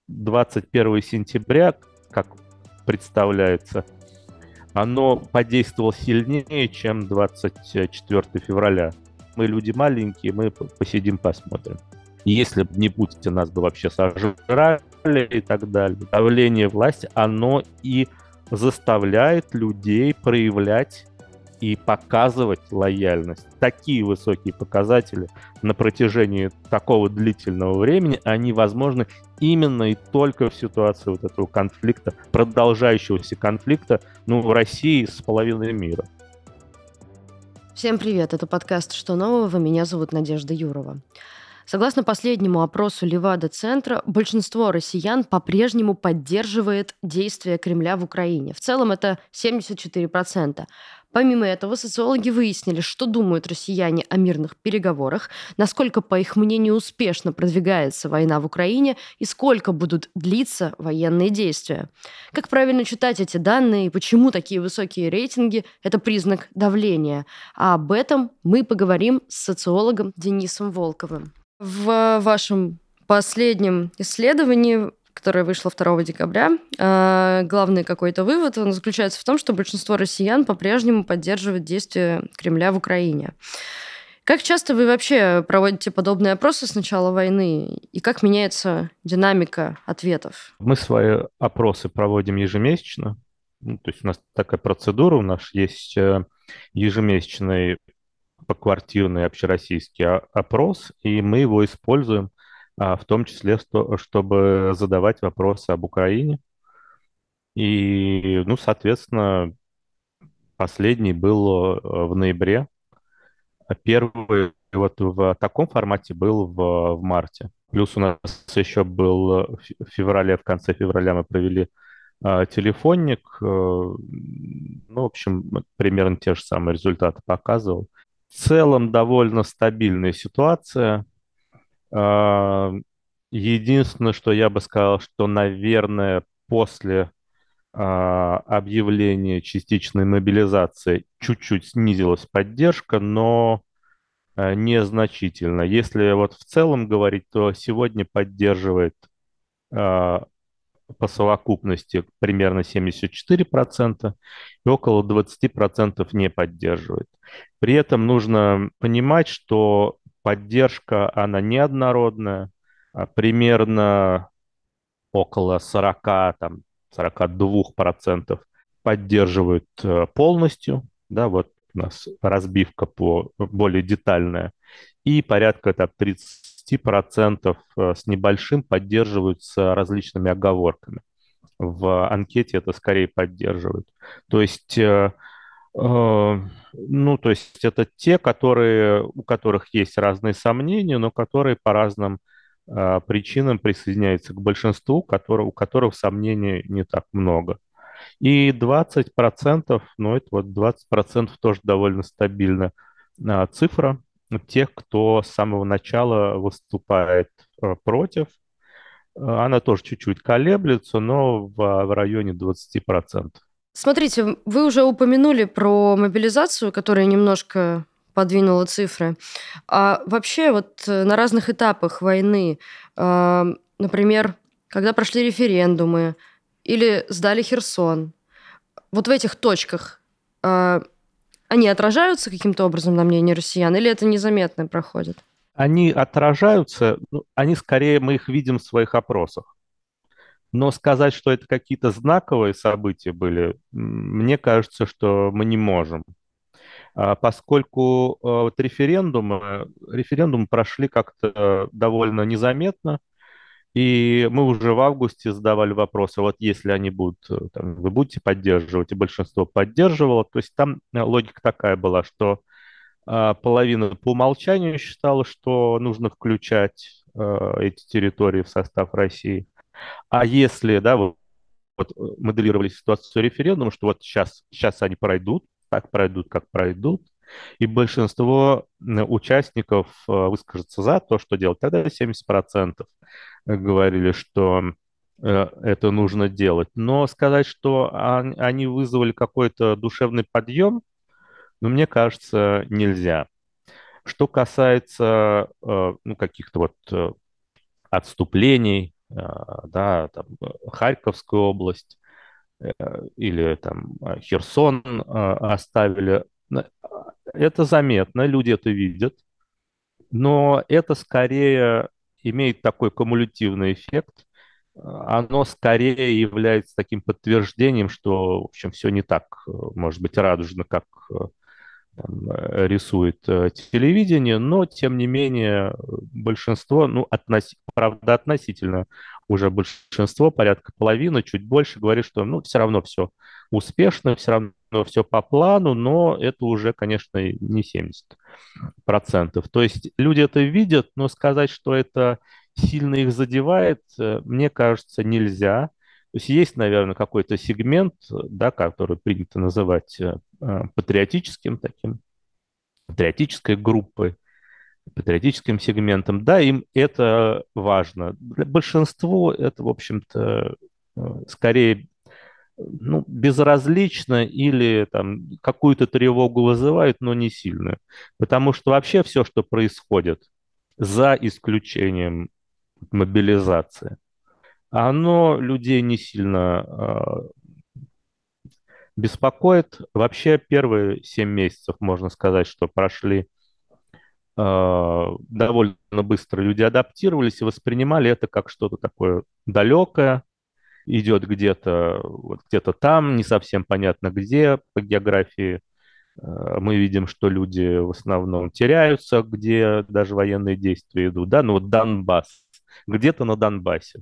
21 сентября, как представляется, оно подействовало сильнее, чем 24 февраля. Мы люди маленькие, мы посидим, посмотрим. Если бы не Путин, нас бы вообще сожрали и так далее. Давление власти, оно и заставляет людей проявлять и показывать лояльность. Такие высокие показатели на протяжении такого длительного времени, они возможны именно и только в ситуации вот этого конфликта, продолжающегося конфликта, ну, в России с половиной мира. Всем привет, это подкаст «Что нового?». Меня зовут Надежда Юрова. Согласно последнему опросу Левада-центра, большинство россиян по-прежнему поддерживает действия Кремля в Украине. В целом это 74%. Помимо этого, социологи выяснили, что думают россияне о мирных переговорах, насколько, по их мнению, успешно продвигается война в Украине и сколько будут длиться военные действия. Как правильно читать эти данные и почему такие высокие рейтинги – это признак давления? А об этом мы поговорим с социологом Денисом Волковым. В вашем последнем исследовании, которое вышло 2 декабря, главный какой-то вывод, он заключается в том, что большинство россиян по-прежнему поддерживает действия Кремля в Украине. Как часто вы вообще проводите подобные опросы с начала войны? И как меняется динамика ответов? Мы свои опросы проводим ежемесячно. Ну, то есть у нас такая процедура, у нас есть ежемесячный поквартирный общероссийский опрос, и мы его используем в том числе, чтобы задавать вопросы об Украине. И, ну, соответственно, последний был в ноябре, а первый вот в таком формате был в марте. Плюс у нас еще был в феврале, в конце февраля мы провели телефонник. Ну, в общем, примерно те же самые результаты показывал. В целом довольно стабильная ситуация. А, Единственное, что я бы сказал, что, наверное, после объявления частичной мобилизации чуть-чуть снизилась поддержка, но незначительно. Если вот в целом говорить, то сегодня поддерживает а, по совокупности примерно 74% и около 20% не поддерживает. При этом нужно понимать, что поддержка, она неоднородная, примерно около 40, там, 42% поддерживают полностью, да, вот у нас разбивка по более детальная, и порядка там, 30% с небольшим поддерживаются различными оговорками. В анкете это скорее поддерживают. То есть, ну, то есть это те, у которых есть разные сомнения, но которые по разным причинам присоединяются к большинству, у которых сомнений не так много. И 20%, ну это вот 20% тоже довольно стабильная цифра тех, кто с самого начала выступает против. Она тоже чуть-чуть колеблется, но в районе 20%. Смотрите, вы уже упомянули про мобилизацию, которая немножко подвинула цифры. А вообще вот на разных этапах войны, например, когда прошли референдумы или сдали Херсон, вот в этих точках а, они отражаются каким-то образом на мнении россиян или это незаметно проходит? Они отражаются, ну, они скорее мы их видим в своих опросах. Но сказать, что это какие-то знаковые события были, мне кажется, что мы не можем. Поскольку вот референдумы прошли как-то довольно незаметно, и мы уже в августе задавали вопросы, вот если они будут, там, вы будете поддерживать, и большинство поддерживало, то есть там логика такая была, что половина по умолчанию считала, что нужно включать эти территории в состав России. А если, да, моделировали ситуацию референдума, что вот сейчас они пройдут, так пройдут, как пройдут, и большинство участников выскажется за то, что делать. Тогда 70% говорили, что это нужно делать. Но сказать, что они вызвали какой-то душевный подъем, ну, мне кажется, нельзя. Что касается ну, каких-то вот отступлений, да, там, Харьковскую область или там Херсон оставили. Это заметно, люди это видят, но это скорее имеет такой кумулятивный эффект. Оно скорее является таким подтверждением, что, в общем, все не так, может быть, радужно, как там, рисует телевидение, но, тем не менее, большинство, ну, правда, относительно уже большинство, порядка половины, чуть больше, говорит, что, ну, все равно все успешно, все равно все по плану, но это уже, конечно, не 70%. То есть люди это видят, но сказать, что это сильно их задевает, мне кажется, нельзя. То есть есть, наверное, какой-то сегмент, да, который принято называть патриотическим таким, патриотической группой, патриотическим сегментом. Да, им это важно. Для большинства это, в общем-то, скорее ну, безразлично или там какую-то тревогу вызывает, но не сильную. Потому что вообще все, что происходит, за исключением мобилизации, оно людей не сильно беспокоит. Вообще первые 7 месяцев, можно сказать, что прошли довольно быстро. Люди адаптировались и воспринимали это как что-то такое далекое, идет где-то вот где-то там, не совсем понятно где по географии. Мы видим, что люди в основном теряются, где даже военные действия идут, да, ну вот Донбасс, где-то на Донбассе.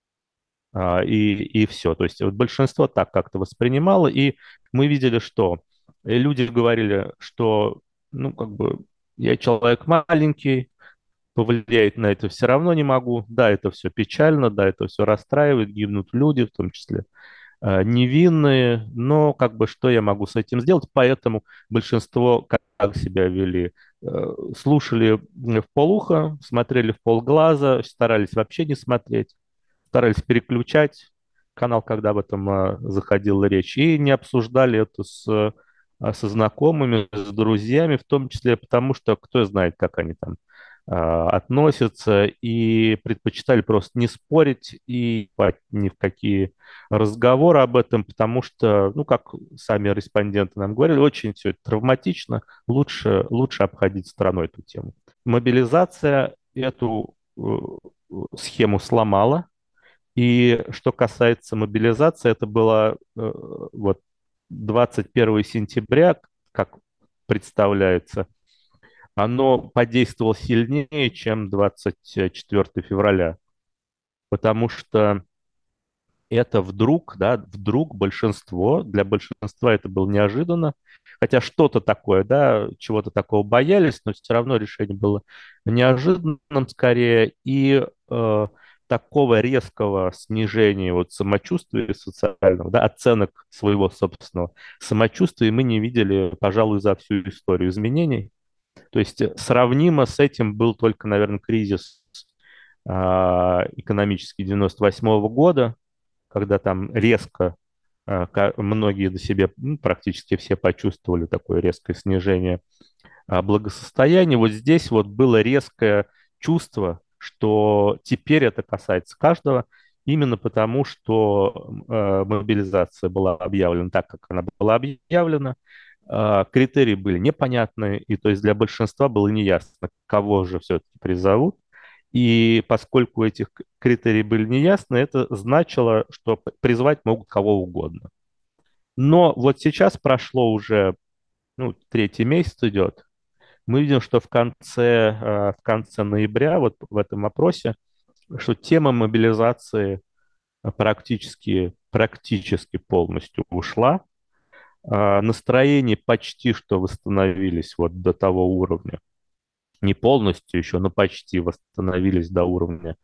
И все. То есть вот большинство так как-то воспринимало, и мы видели, что люди говорили, что, ну, как бы, я человек маленький, повлиять на это все равно не могу. Да, это все печально, да, это все расстраивает, гибнут люди, в том числе невинные, но как бы что я могу с этим сделать? Поэтому большинство как себя вели? Слушали в полухо, смотрели в полглаза, старались вообще не смотреть, старались переключать канал, когда об этом заходила речь, и не обсуждали это со знакомыми, с друзьями, в том числе потому, что кто знает, как они там относятся, и предпочитали просто не спорить и ни в какие разговоры об этом, потому что, ну, как сами респонденты нам говорили, очень все это травматично, лучше обходить стороной эту тему. Мобилизация эту схему сломала, и что касается мобилизации, это было вот 21 сентября, как представляется, оно подействовало сильнее, чем 24 февраля, потому что это вдруг, да, вдруг большинство, для большинства это было неожиданно, хотя что-то такое, да, чего-то такого боялись, но все равно решение было неожиданным скорее, и такого резкого снижения вот самочувствия социального, да, оценок своего собственного самочувствия мы не видели, пожалуй, за всю историю изменений. То есть сравнимо с этим был только, наверное, кризис экономический 98 года, когда там резко многие до себя, ну, практически все почувствовали такое резкое снижение благосостояния. Вот здесь вот было резкое чувство, что теперь это касается каждого, именно потому, что мобилизация была объявлена так, как она была объявлена, критерии были непонятны, и то есть для большинства было неясно, кого же все-таки призовут. И поскольку этих критерии были неясны, это значило, что призвать могут кого угодно. Но вот сейчас прошло уже, ну, третий месяц идет, мы видим, что в конце ноября, вот в этом опросе, что тема мобилизации практически полностью ушла. Настроения почти что восстановились вот до того уровня. Не полностью еще, но почти восстановились до уровня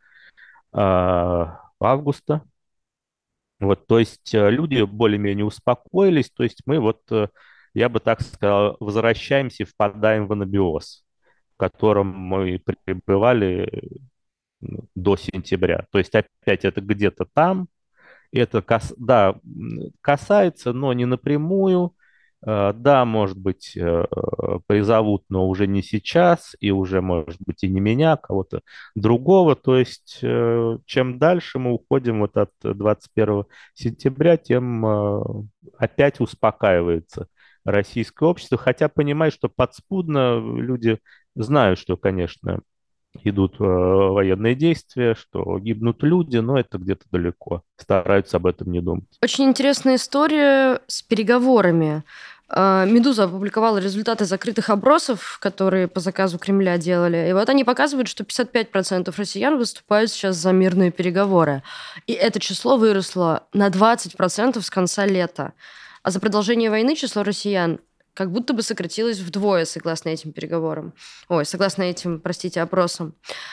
августа. Вот, то есть люди более-менее успокоились, то есть мы вот, я бы так сказал, возвращаемся и впадаем в анабиоз, в котором мы пребывали до сентября. То есть опять это где-то там, это, да, касается, но не напрямую, Да, может быть, призовут, но уже не сейчас, и уже, может быть, и не меня, а кого-то другого. То есть, чем дальше мы уходим вот от 21 сентября, тем опять успокаивается российское общество, хотя понимаю, что подспудно люди знают, что, конечно, идут военные действия, что гибнут люди, но это где-то далеко. Стараются об этом не думать. Очень интересная история с переговорами. «Медуза» опубликовала результаты закрытых опросов, которые по заказу Кремля делали. И вот они показывают, что 55% россиян выступают сейчас за мирные переговоры. И это число выросло на 20% с конца лета. А за продолжение войны число россиян как будто бы сократилось вдвое, согласно этим переговорам. Ой, согласно этим, простите, опросам.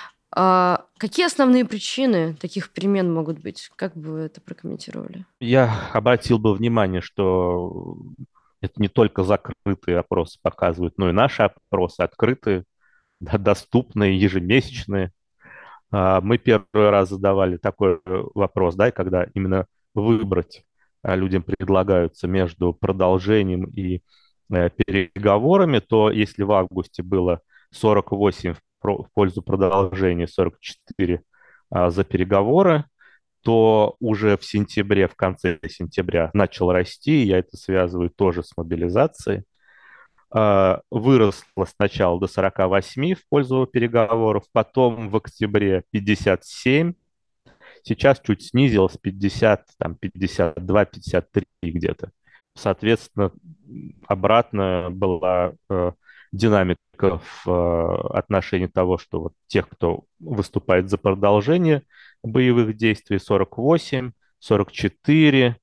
Какие основные причины таких перемен могут быть? Как бы вы это прокомментировали? Я обратил бы внимание, что это не только закрытые опросы показывают, но и наши опросы открытые, да, доступные, ежемесячные. Мы первый раз задавали такой вопрос, да, и когда именно выбрать людям предлагаются между продолжением и переговорами, то если в августе было 48 в пользу продолжения, 44 за переговоры, то уже в сентябре, в конце сентября начал расти, я это связываю тоже с мобилизацией. Выросло сначала до 48 в пользу переговоров, потом в октябре 57, сейчас чуть снизилось 50, там 52, 53 где-то. Соответственно, обратно была динамика в отношении того, что вот тех, кто выступает за продолжение боевых действий, 48, 44,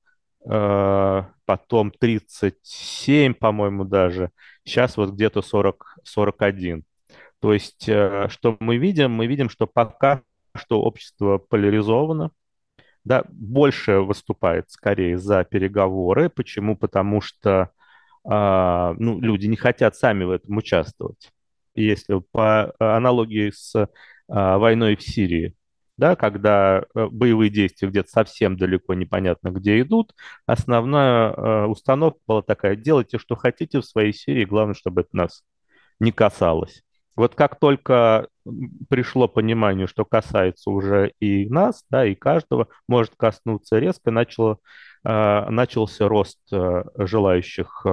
потом 37, по-моему, даже. Сейчас вот где-то 40, 41. То есть, что мы видим? Мы видим, что пока что общество поляризовано, да, больше выступает скорее за переговоры. Почему? Потому что ну, люди не хотят сами в этом участвовать. И если по аналогии с войной в Сирии, да, когда боевые действия где-то совсем далеко непонятно где идут, основная установка была такая: делайте, что хотите в своей Сирии, главное, чтобы это нас не касалось. Вот как только пришло понимание, что касается уже и нас, да, и каждого, может коснуться, резко начался рост желающих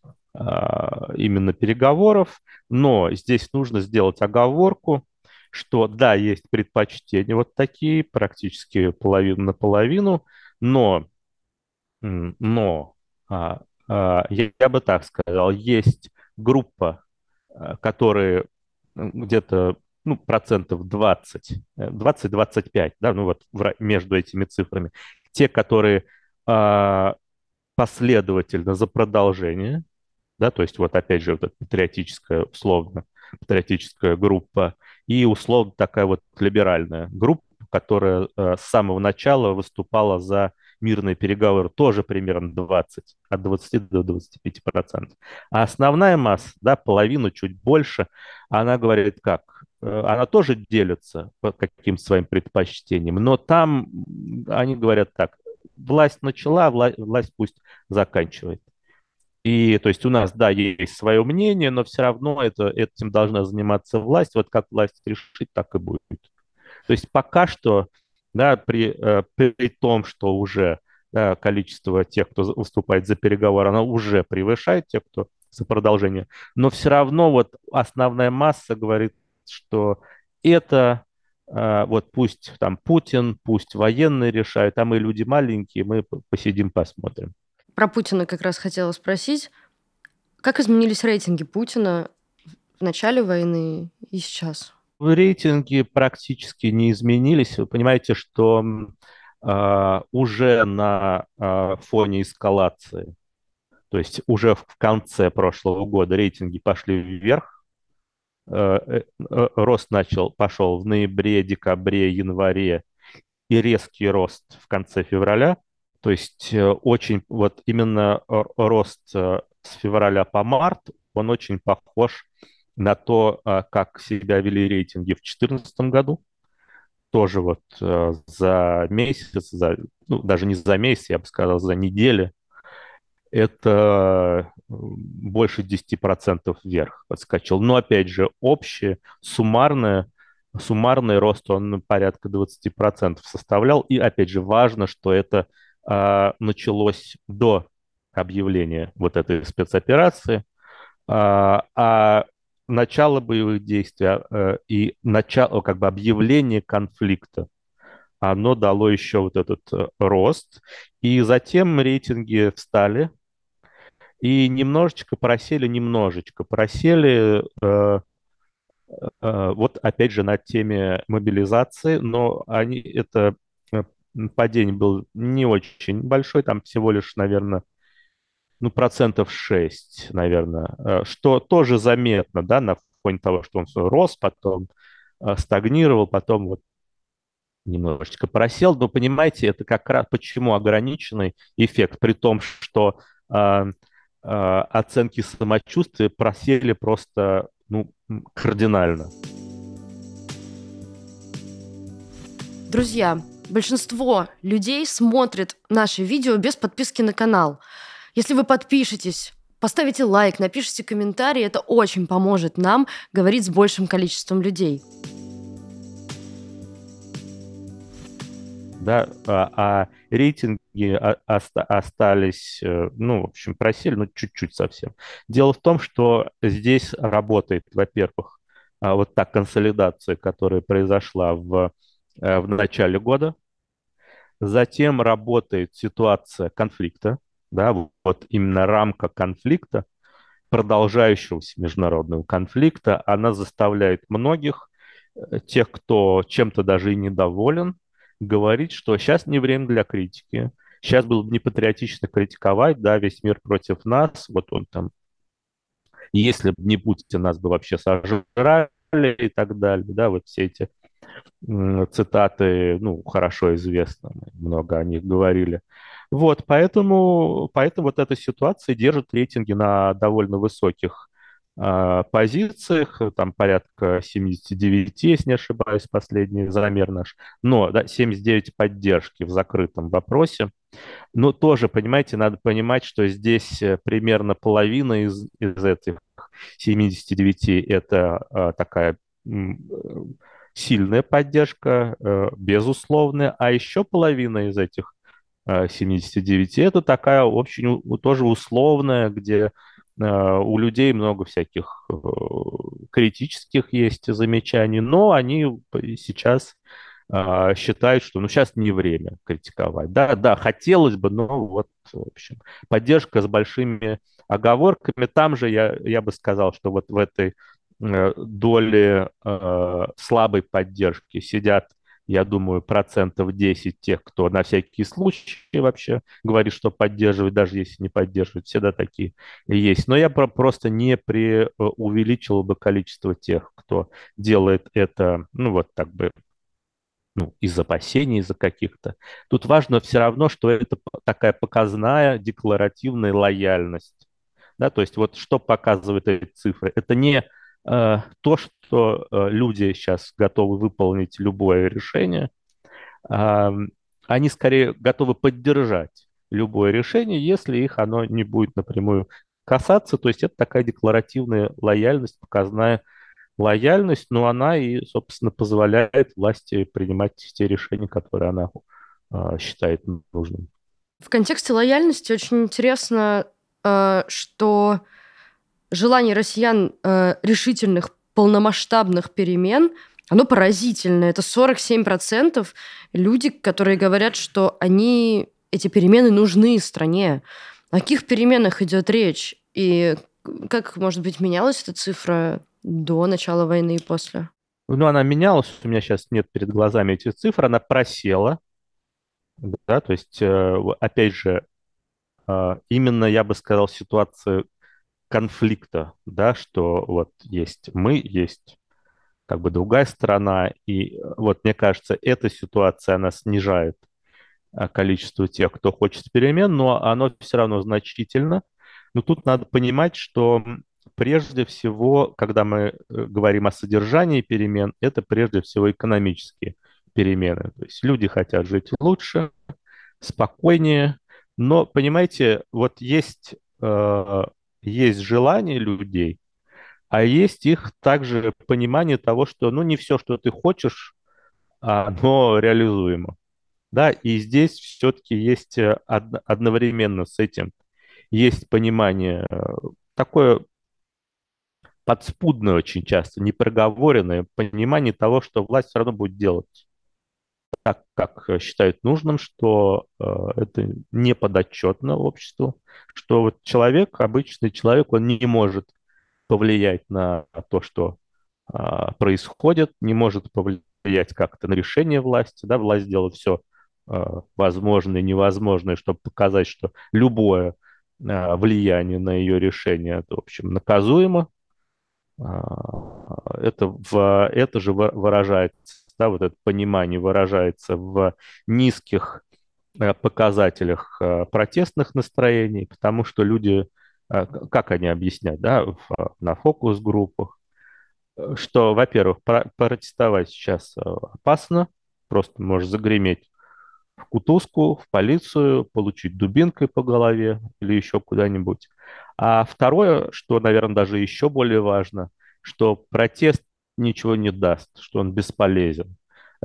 именно переговоров, но здесь нужно сделать оговорку, что да, есть предпочтения вот такие, практически половину на половину, но, но я бы так сказал, есть группа которые где-то ну, процентов 20, 20-25, да, ну вот между этими цифрами, те, которые последовательно за продолжение, да, то есть вот опять же вот эта патриотическая, условно, патриотическая группа и условно такая вот либеральная группа, которая с самого начала выступала за мирные переговоры, тоже примерно 20, от 20 до 25%. А основная масса, да, половину, чуть больше, она говорит как? Она тоже делится по каким-то своим предпочтениям, но там они говорят так: власть начала, власть пусть заканчивает. И то есть у нас, да, есть свое мнение, но все равно этим должна заниматься власть. Вот как власть решит, так и будет. То есть пока что, да, при том, что уже да, количество тех, кто выступает за переговоры, оно уже превышает тех, кто за продолжение, но все равно вот основная масса говорит, что это вот пусть там Путин, пусть военные решают, а мы люди маленькие, мы посидим, посмотрим. Про Путина как раз хотела спросить. Как изменились рейтинги Путина в начале войны и сейчас? Рейтинги практически не изменились. Вы понимаете, что уже на фоне эскалации, то есть уже в конце прошлого года рейтинги пошли вверх. Рост пошел в ноябре, декабре, январе и резкий рост в конце февраля. То есть очень вот именно рост с февраля по март, он очень похож на то, как себя вели рейтинги в 2014 году. Тоже вот за месяц, ну, даже не за месяц, я бы сказал, за неделю это больше 10% вверх подскочил. Но опять же, суммарный рост, он порядка 20% составлял. И опять же, важно, что это началось до объявления вот этой спецоперации. А начало боевых действий и начало, как бы объявление конфликта, оно дало еще вот этот рост. И затем рейтинги встали и немножечко просели, вот опять же на теме мобилизации, но э, падение было не очень большой, там всего лишь, наверное, ну, 6%, наверное, что тоже заметно, да, на фоне того, что он всё рос, потом стагнировал, потом вот немножечко просел. Но понимаете, это как раз почему ограниченный эффект, при том, что а, оценки самочувствия просели просто, ну, кардинально. Друзья, большинство людей смотрит наши видео без подписки на канал. Если вы подпишетесь, поставите лайк, напишите комментарий, это очень поможет нам говорить с большим количеством людей. Да, рейтинги остались, ну, в общем, просели, ну, чуть-чуть совсем. Дело в том, что здесь работает, во-первых, вот та консолидация, которая произошла в начале года, затем работает ситуация конфликта, да, вот именно рамка конфликта, продолжающегося международного конфликта, она заставляет многих, тех, кто чем-то даже и недоволен, говорить, что сейчас не время для критики. Сейчас было бы непатриотично критиковать, да, весь мир против нас, вот он там, если бы не Путин, нас бы вообще сожрали и так далее, да, вот все эти цитаты, ну, хорошо известны, мы много о них говорили. Вот, поэтому вот эта ситуация держит рейтинги на довольно высоких позициях, там порядка 79, если не ошибаюсь, последний замер наш, но да, 79 поддержки в закрытом вопросе. Но тоже, понимаете, надо понимать, что здесь примерно половина из этих 79 это такая сильная поддержка, безусловная, а еще половина из этих 79 это такая очень тоже условная, где у людей много всяких критических есть замечаний, но они сейчас считают, что ну сейчас не время критиковать. Да, да, хотелось бы, но вот, в общем, поддержка с большими оговорками. Там же я бы сказал, что вот в этой доле слабой поддержки сидят, я думаю, 10% тех, кто на всякий случай вообще говорит, что поддерживает, даже если не поддерживает, всегда такие есть. Но я просто не преувеличил бы количество тех, кто делает это, ну вот так бы, ну, из опасений, из-за каких-то. Тут важно все равно, что это такая показная декларативная лояльность. Да, то есть вот что показывают эти цифры? Это не то, что люди сейчас готовы выполнить любое решение, а, они скорее готовы поддержать любое решение, если их оно не будет напрямую касаться. То есть это такая декларативная лояльность, показная лояльность, но она и, собственно, позволяет власти принимать те решения, которые она считает нужным. В контексте лояльности очень интересно, что желание россиян решительных полномасштабных перемен, оно поразительное. Это 47% люди, которые говорят, что эти перемены нужны стране. О каких переменах идет речь? И как, может быть, менялась эта цифра до начала войны и после? Ну, она менялась, у меня сейчас нет перед глазами этих цифр, она просела, да, то есть, опять же, именно, я бы сказал, ситуация конфликта, да, что вот есть мы, есть как бы другая сторона, и вот мне кажется, эта ситуация, она снижает количество тех, кто хочет перемен, но оно все равно значительно. Но тут надо понимать, что прежде всего, когда мы говорим о содержании перемен, это прежде всего экономические перемены. То есть люди хотят жить лучше, спокойнее, Но, понимаете, вот есть желание людей, а есть их также понимание того, что, ну, не все, что ты хочешь, оно реализуемо. Да, и здесь все-таки есть одновременно с этим есть понимание такое подспудное очень часто, непроговоренное понимание того, что власть все равно будет делать так, как считает нужным, что это не подотчетно обществу, что вот человек, обычный человек, он не может повлиять на то, что происходит, не может повлиять как-то на решение власти, да, власть делает все возможное и невозможное, чтобы показать, что любое влияние на ее решение, это, в общем, наказуемо. Это же выражается, да, вот это понимание выражается в низких показателях протестных настроений, потому что люди, как они объяснят, да, на фокус-группах, что, во-первых, протестовать сейчас опасно, просто можешь загреметь в кутузку, в полицию, получить дубинкой по голове или еще куда-нибудь. А второе, что, наверное, даже еще более важно, что протест ничего не даст, что он бесполезен.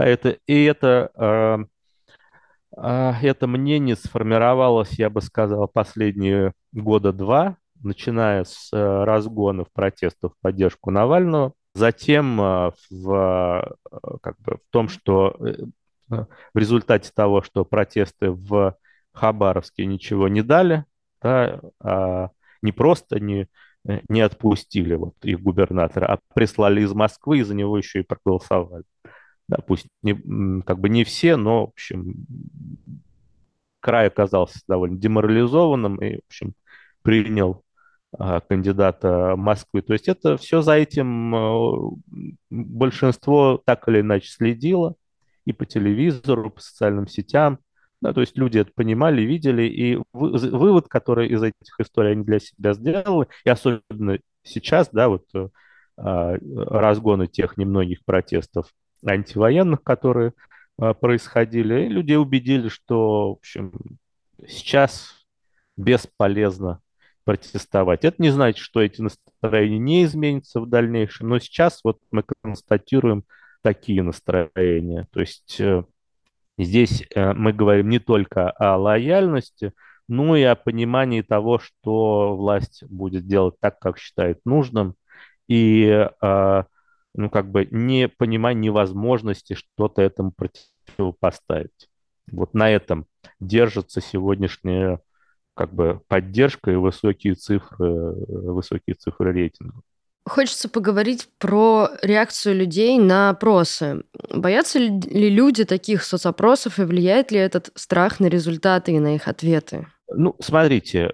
Это мнение сформировалось, я бы сказал, последние года два, начиная с разгонов протестов в поддержку Навального, затем как бы, в том, что в результате того, что протесты в Хабаровске ничего не дали, да, не просто не отпустили вот их губернатора, а прислали из Москвы и за него еще и проголосовали. Да, пусть как бы не все, но, в общем, край оказался довольно деморализованным и, в общем, принял кандидата Москвы. То есть это все за этим большинство так или иначе следило и по телевизору, и по социальным сетям. Да, то есть люди это понимали, видели, и вывод, который из этих историй они для себя сделали, и особенно сейчас, да, вот разгоны тех немногих протестов антивоенных, которые происходили, и людей убедили, что, в общем, сейчас бесполезно протестовать. Это не значит, что эти настроения не изменятся в дальнейшем, но сейчас вот мы констатируем такие настроения. То есть здесь мы говорим не только о лояльности, но и о понимании того, что власть будет делать так, как считает нужным, и ну, как бы не понимание невозможности что-то этому противопоставить. Вот на этом держится сегодняшняя как бы поддержка и высокие цифры рейтинга. Хочется поговорить про реакцию людей на опросы. Боятся ли люди таких соцопросов и влияет ли этот страх на результаты и на их ответы? Ну, смотрите,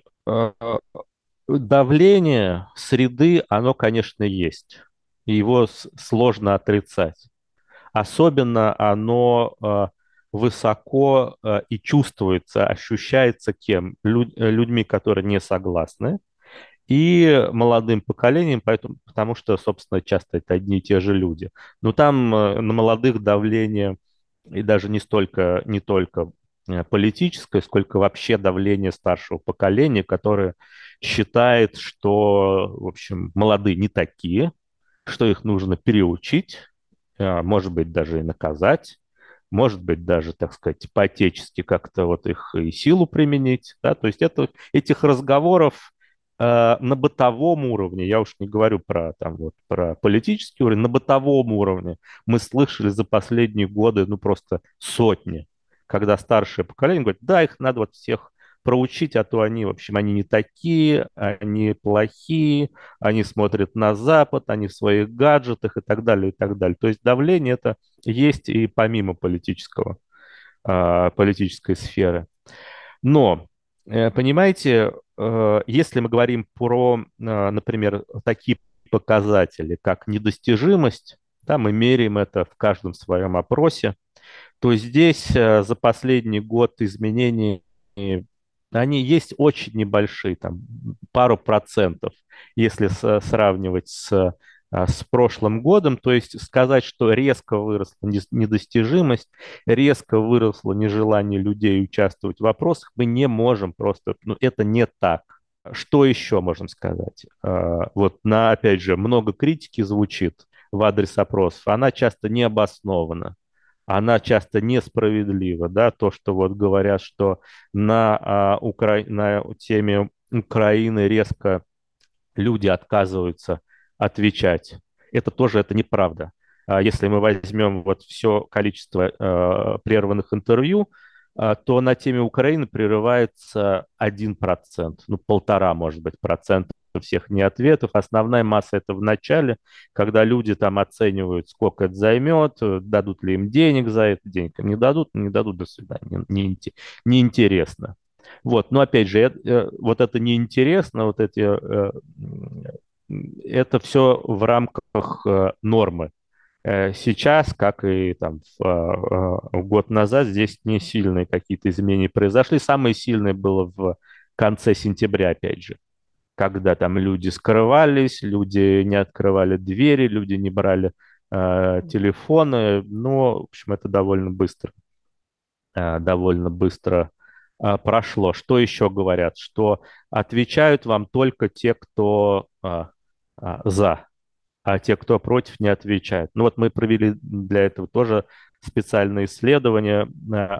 давление среды, оно, конечно, есть. И его сложно отрицать. Особенно оно высоко и чувствуется, ощущается кем? Людьми, которые не согласны, и молодым поколением, поэтому, потому что, собственно, часто это одни и те же люди. Но там на молодых давление, и даже не только политическое, сколько вообще давление старшего поколения, которое считает, что, в общем, молодые не такие, что их нужно переучить, может быть, даже и наказать, может быть, даже, так сказать, по-отечески как-то вот их и силу применить, да, то есть этих разговоров на бытовом уровне, я уж не говорю про, там, вот, про политический уровень, на бытовом уровне мы слышали за последние годы, ну, просто сотни, когда старшее поколение говорит, да, их надо вот всех проучить, а то они, в общем, они не такие, они плохие, они смотрят на Запад, они в своих гаджетах и так далее, и так далее. То есть давление это есть и помимо политической сферы. Но, понимаете, если мы говорим про, например, такие показатели, как недостижимость, да, мы меряем это в каждом своем опросе, то здесь за последний год изменений, они есть очень небольшие, там пару процентов, если сравнивать с с прошлым годом. То есть сказать, что резко выросла недостижимость, резко выросло нежелание людей участвовать в вопросах, мы не можем просто, ну, это не так. Что еще можем сказать? Вот опять же, много критики звучит в адрес опросов, она часто не обоснована, она часто несправедлива, да, то, что вот говорят, что на теме Украины резко люди отказываются отвечать. Это неправда. Если мы возьмем вот все количество прерванных интервью, то на теме Украины прерывается 1%, ну, 1,5, может быть, процента всех неответов. Основная масса это в начале, когда люди там оценивают, сколько это займет, дадут ли им денег за это, денег им не дадут, не дадут, до свидания, неинтересно. Вот, но опять же, вот это неинтересно, это все в рамках нормы. Сейчас, как и там год назад, здесь не сильные какие-то изменения произошли. Самое сильное было в конце сентября, опять же, когда там люди скрывались, люди не открывали двери, люди не брали телефоны. Ну, в общем, это довольно быстро прошло. Что еще говорят? Что отвечают вам только те, кто за, а те, кто против, не отвечают. Ну вот мы провели для этого тоже специальное исследование,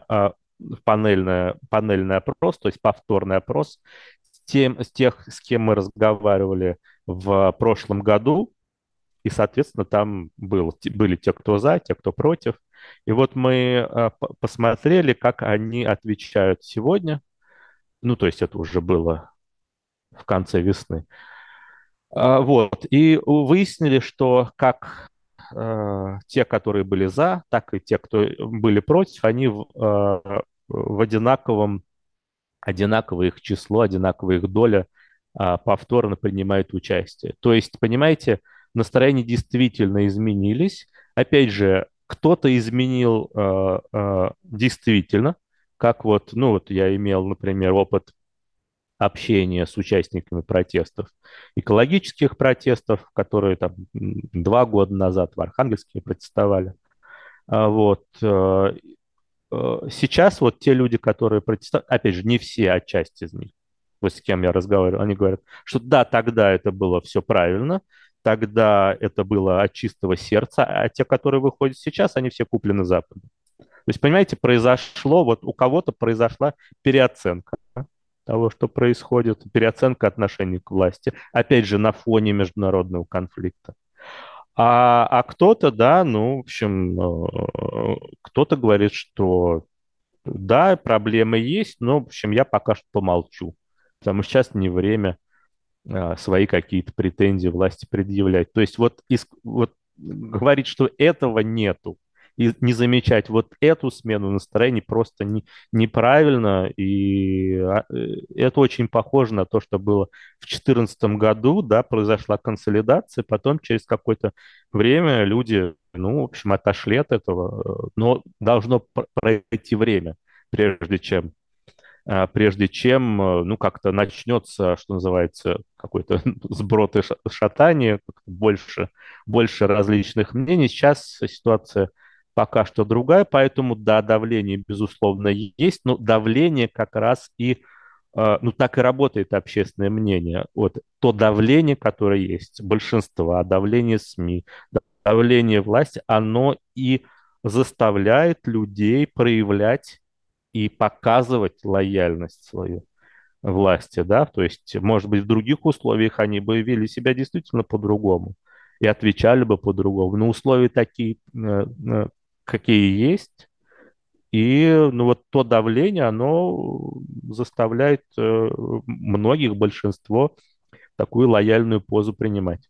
панельный опрос, то есть повторный опрос с тех, с кем мы разговаривали в прошлом году, и, соответственно, там были те, кто за, те, кто против. И вот мы посмотрели, как они отвечают сегодня. Ну, то есть это уже было в конце весны. Вот. И выяснили, что как те, которые были за, так и те, кто были против, они в одинаковое их число, одинаковая их доля повторно принимают участие. То есть, понимаете, настроения действительно изменились. Опять же, кто-то изменил действительно, как вот, ну вот я имел, например, опыт общения с участниками протестов, экологических протестов, которые там 2 года назад в Архангельске протестовали. Вот. Сейчас вот те люди, которые протестуют, опять же, не все, а часть из них, вот с кем я разговаривал, они говорят, что да, тогда это было все правильно, тогда это было от чистого сердца, а те, которые выходят сейчас, они все куплены Западом. То есть, понимаете, вот у кого-то произошла переоценка того, что происходит, переоценка отношений к власти, опять же, на фоне международного конфликта. А кто-то, да, ну, в общем, кто-то говорит, что да, проблемы есть, но, в общем, я пока что помолчу, потому что сейчас не время свои какие-то претензии власти предъявлять. То есть вот говорить, что этого нету, и не замечать вот эту смену настроений просто неправильно, и это очень похоже на то, что было в 2014 году, да, произошла консолидация, потом через какое-то время люди, ну, в общем, отошли от этого, но должно пройти время, прежде чем ну, как-то начнется, что называется, какой-то сброд и шатание, больше различных мнений. Сейчас ситуация пока что другая, поэтому, да, давление, безусловно, есть, но давление как раз ну, так и работает общественное мнение. Вот то давление, которое есть, большинства, давление СМИ, давление власти, оно и заставляет людей проявлять и показывать лояльность свою власти, да, то есть, может быть, в других условиях они бы вели себя действительно по-другому и отвечали бы по-другому, но условия такие, какие есть, и, ну, вот то давление, оно заставляет многих, большинство, такую лояльную позу принимать.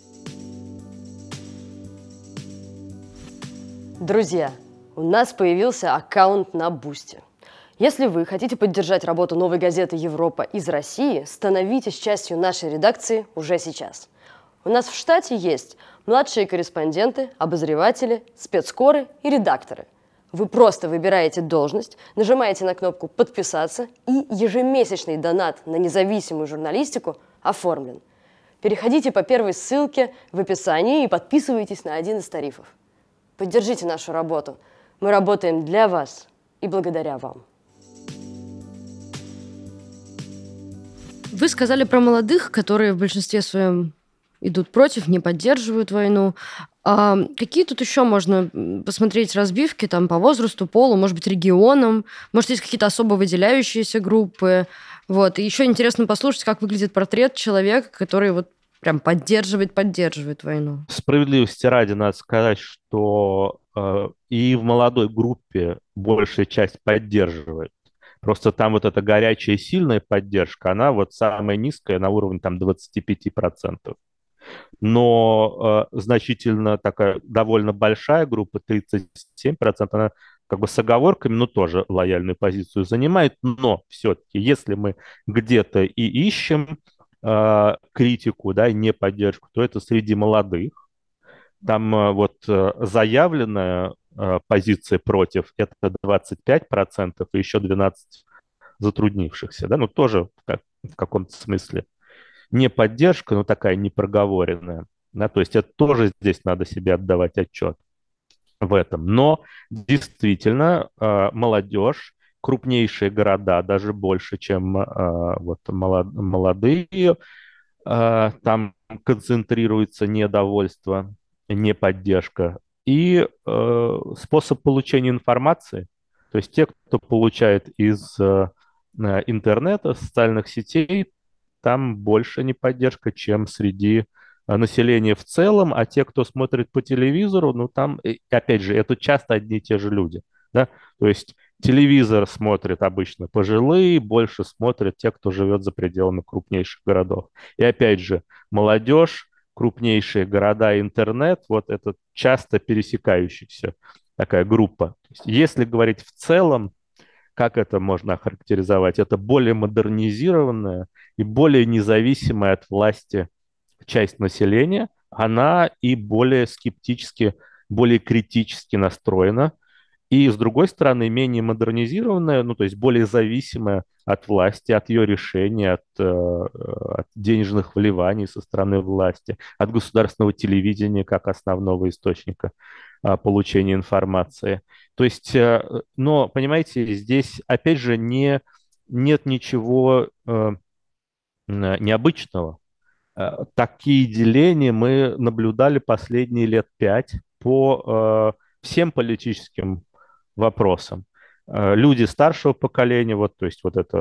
Друзья, у нас появился аккаунт на Бусти. Если вы хотите поддержать работу «Новой газеты Европа» из России, становитесь частью нашей редакции уже сейчас. У нас в штате есть младшие корреспонденты, обозреватели, спецкоры и редакторы. Вы просто выбираете должность, нажимаете на кнопку «Подписаться» и ежемесячный донат на независимую журналистику оформлен. Переходите по первой ссылке в описании и подписывайтесь на один из тарифов. Поддержите нашу работу. Мы работаем для вас и благодаря вам. Вы сказали про молодых, которые в большинстве своем идут против, не поддерживают войну. А какие тут еще можно посмотреть разбивки там по возрасту, полу, может быть, регионам? Может, есть какие-то особо выделяющиеся группы? Вот. И еще интересно послушать, как выглядит портрет человека, который вот прям поддерживает войну. Справедливости ради надо сказать, что и в молодой группе большая часть поддерживает. Просто там вот эта горячая и сильная поддержка, она вот самая низкая на уровне там 25%. Но значительно такая довольно большая группа, 37%, она как бы с оговорками, но тоже лояльную позицию занимает. Но все-таки, если мы где-то и ищем критику, да, и не поддержку, то это среди молодых. Там вот заявленная позиция против — это 25%, и еще 12% затруднившихся, да, ну тоже в каком-то смысле не поддержка, но такая непроговоренная, да, то есть это тоже здесь надо себе отдавать отчет в этом. Но действительно молодежь, крупнейшие города, даже больше, чем вот молодые, там концентрируется недовольство, неподдержка и способ получения информации. То есть те, кто получает из интернета, социальных сетей, там больше неподдержка, чем среди населения в целом, а те, кто смотрит по телевизору, ну там, опять же, это часто одни и те же люди, да, то есть телевизор смотрят обычно пожилые, больше смотрят те, кто живет за пределами крупнейших городов. И опять же, молодежь, крупнейшие города, интернет, вот это часто пересекающаяся такая группа. То есть, если говорить в целом, как это можно охарактеризовать? Это более модернизированная и более независимая от власти часть населения, она и более скептически, более критически настроена, и, с другой стороны, менее модернизированная, ну, то есть более зависимая от власти, от ее решений, от денежных вливаний со стороны власти, от государственного телевидения как основного источника получения информации. То есть, но, понимаете, здесь, опять же, нет ничего необычного. Такие деления мы наблюдали последние лет 5 по всем политическим вопросам. Люди старшего поколения, вот, то есть вот это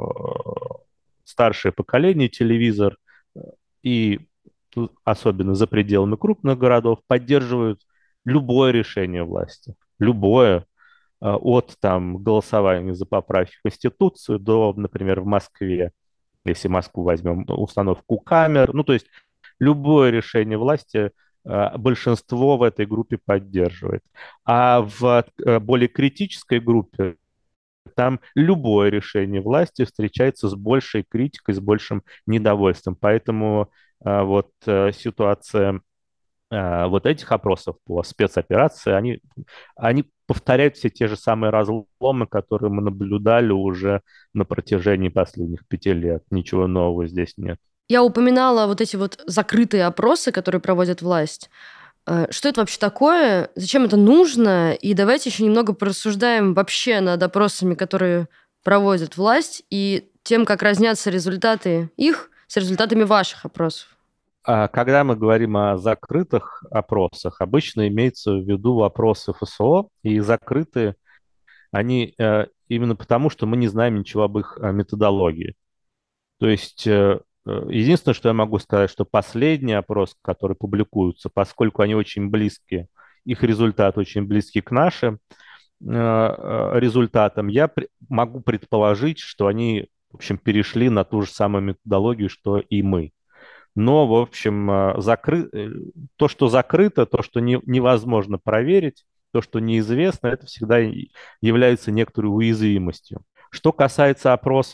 старшее поколение, телевизор и особенно за пределами крупных городов поддерживают любое решение власти, любое, от там голосования за поправки в Конституцию до, например, в Москве, если Москву возьмем, установку камер, ну то есть любое решение власти большинство в этой группе поддерживает. А в более критической группе там любое решение власти встречается с большей критикой, с большим недовольством. Поэтому вот ситуация вот этих опросов по спецоперации, они повторяют все те же самые разломы, которые мы наблюдали уже на протяжении последних 5 лет. Ничего нового здесь нет. Я упоминала вот эти вот закрытые опросы, которые проводит власть. Что это вообще такое? Зачем это нужно? И давайте еще немного порассуждаем вообще над опросами, которые проводит власть, и тем, как разнятся результаты их с результатами ваших опросов. Когда мы говорим о закрытых опросах, обычно имеется в виду вопросы ФСО, и закрытые они именно потому, что мы не знаем ничего об их методологии. То есть единственное, что я могу сказать, что последний опрос, который публикуется, поскольку они очень близки, их результат очень близки к нашим результатам, я могу предположить, что они, в общем, перешли на ту же самую методологию, что и мы. Но, в общем, то, что закрыто, то, что невозможно проверить, то, что неизвестно, это всегда является некоторой уязвимостью. Что касается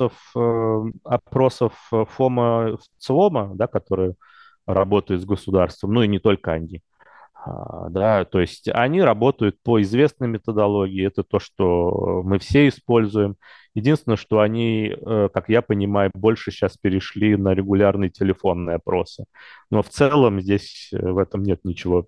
опросов ФОМа, ЦИОМа, да, которые работают с государством, ну и не только они, Да, то есть они работают по известной методологии, это то, что мы все используем. Единственное, что они, как я понимаю, больше сейчас перешли на регулярные телефонные опросы. Но в целом здесь в этом нет ничего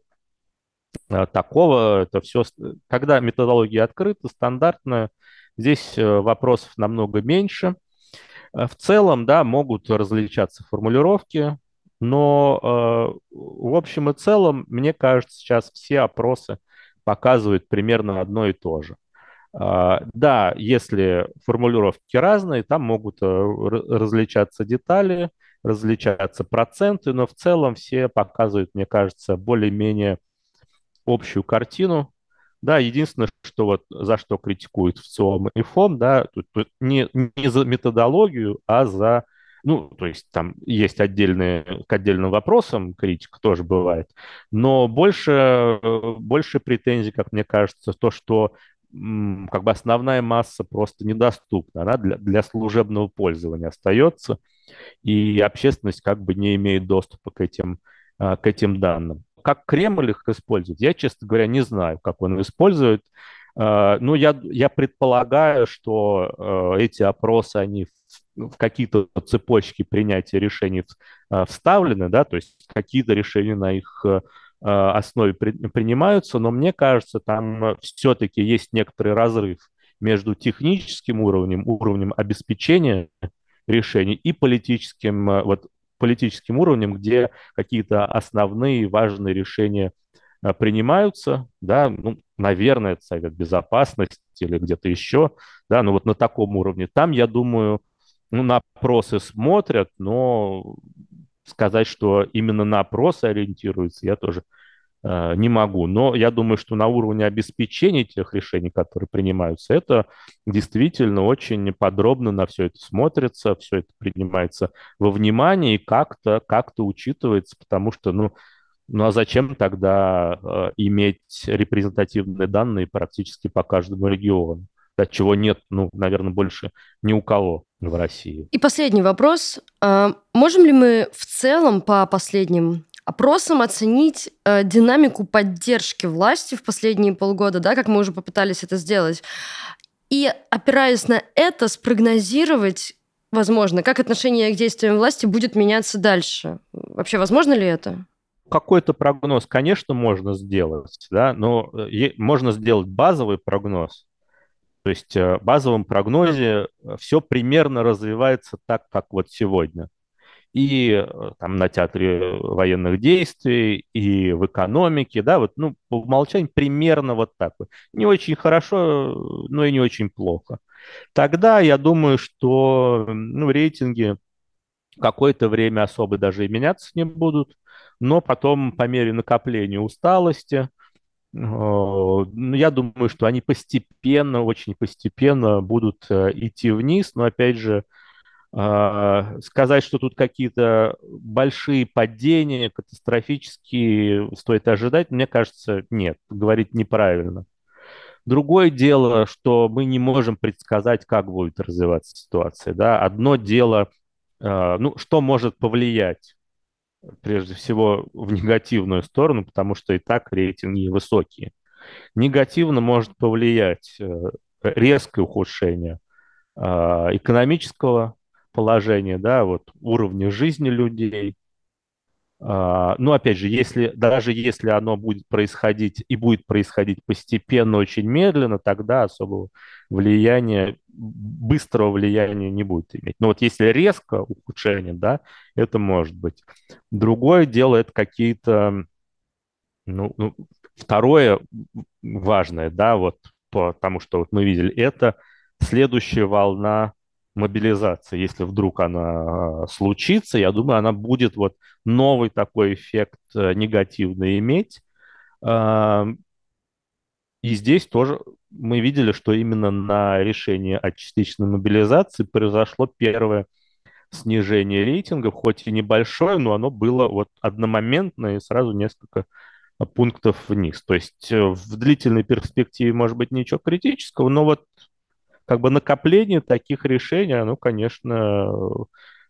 такого. Это все, когда методология открыта, стандартная, здесь вопросов намного меньше. В целом, да, могут различаться формулировки, но в общем и целом, мне кажется, сейчас все опросы показывают примерно одно и то же. Да, если формулировки разные, там могут различаться детали, различаться проценты, но в целом все показывают, мне кажется, более-менее общую картину. Да, единственное, что вот за что критикуют ВЦИОМ и ФОМ, да, тут не за методологию, а за, ну, то есть там есть отдельные, к отдельным вопросам критика тоже бывает, но больше претензий, как мне кажется, то, что как бы основная масса просто недоступна, она для служебного пользования остается, и общественность как бы не имеет доступа к этим данным. Как Кремль их использует, я, честно говоря, не знаю, как он использует. Ну, я предполагаю, что эти опросы, они в какие-то цепочки принятия решений вставлены, да, то есть какие-то решения на их основе принимаются, но мне кажется, там все-таки есть некоторый разрыв между техническим уровнем обеспечения решений и политическим уровнем, где какие-то основные важные решения принимаются, да, ну, наверное, это Совет Безопасности или где-то еще, да, ну вот на таком уровне. Там, я думаю, ну, на опросы смотрят, но сказать, что именно на опросы ориентируются, я тоже не могу. Но я думаю, что на уровне обеспечения тех решений, которые принимаются, это действительно очень подробно на все это смотрится, все это принимается во внимание и как-то учитывается, потому что, ну а зачем тогда иметь репрезентативные данные практически по каждому региону? Да, чего нет, ну, наверное, больше ни у кого в России. И последний вопрос. Можем ли мы в целом по последним опросам оценить динамику поддержки власти в последние полгода, да, как мы уже попытались это сделать, и, опираясь на это, спрогнозировать, возможно, как отношение к действиям власти будет меняться дальше? Вообще, возможно ли это? Какой-то прогноз, конечно, можно сделать, да, но можно сделать базовый прогноз. То есть в базовом прогнозе все примерно развивается так, как вот сегодня. И там на театре военных действий, и в экономике, да, вот, ну, по умолчанию примерно вот так вот. Не очень хорошо, но и не очень плохо. Тогда я думаю, что, ну, рейтинги какое-то время особо даже и меняться не будут, но потом по мере накопления усталости, ну, я думаю, что они постепенно, очень постепенно будут идти вниз, но опять же, сказать, что тут какие-то большие падения, катастрофические стоит ожидать, мне кажется, нет, говорить неправильно. Другое дело, что мы не можем предсказать, как будет развиваться ситуация. Да? Одно дело, ну, что может повлиять, прежде всего, в негативную сторону, потому что и так рейтинги высокие. Негативно может повлиять резкое ухудшение экономического положения, да, вот уровня жизни людей. Ну, опять же, даже если оно будет происходить и будет происходить постепенно, очень медленно, тогда особого быстрого влияния не будет иметь. Но вот если резко ухудшение, да, это может быть. Другое дело, это какие-то, ну, второе важное, да, вот потому что вот мы видели, это следующая волна мобилизации. Если вдруг она случится, я думаю, она будет вот новый такой эффект негативный иметь. А, И здесь тоже мы видели, что именно на решение о частичной мобилизации произошло первое снижение рейтингов, хоть и небольшое, но оно было вот одномоментное и сразу несколько пунктов вниз. То есть в длительной перспективе может быть ничего критического, но вот как бы накопление таких решений, оно, конечно,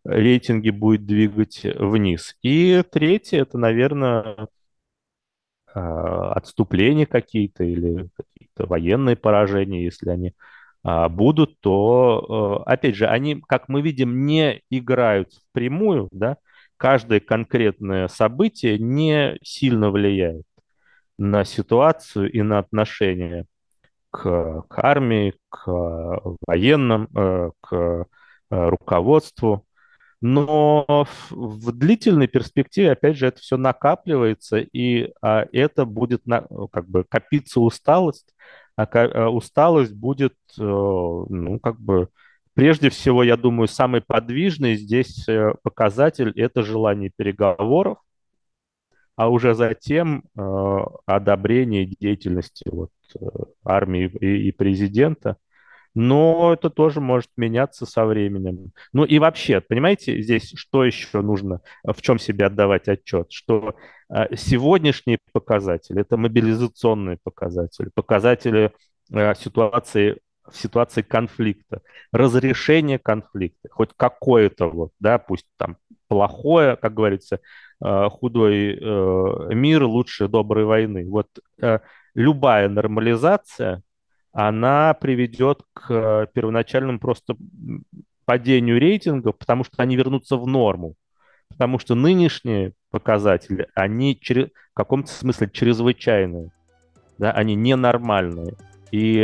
рейтинги будет двигать вниз. И третье, это, наверное, отступления какие-то или какие-то военные поражения, если они будут, то, опять же, они, как мы видим, не играют впрямую, да, каждое конкретное событие не сильно влияет на ситуацию и на отношения к армии, к военным, к руководству. Но в длительной перспективе, опять же, это все накапливается, и это будет как бы копиться усталость, усталость будет, ну, как бы, прежде всего, я думаю, самый подвижный здесь показатель – это желание переговоров, а уже затем одобрение деятельности вот, армии и президента. Но это тоже может меняться со временем. Ну и вообще, понимаете, здесь что еще нужно, в чем себе отдавать отчет? Что сегодняшние показатели – это мобилизационные показатели, показатели ситуации, в ситуации конфликта, разрешение конфликта, хоть какое-то вот, да, пусть там плохое, как говорится, худой мир лучше доброй войны. Вот любая нормализация, она приведет к первоначальному просто падению рейтингов, потому что они вернутся в норму. Потому что нынешние показатели, они в каком-то смысле чрезвычайные, да, они ненормальные. И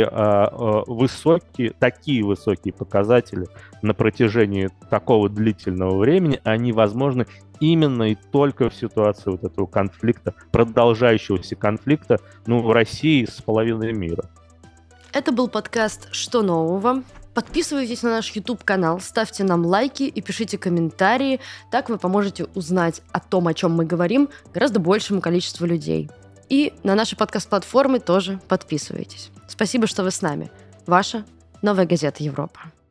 такие высокие показатели на протяжении такого длительного времени, они возможны именно и только в ситуации вот этого конфликта, продолжающегося конфликта, ну, в России с половиной мира. Это был подкаст «Что нового?». Подписывайтесь на наш YouTube-канал, ставьте нам лайки и пишите комментарии. Так вы поможете узнать о том, о чем мы говорим, гораздо большему количеству людей. И на наши подкаст-платформы тоже подписывайтесь. Спасибо, что вы с нами. Ваша Новая газета Европа.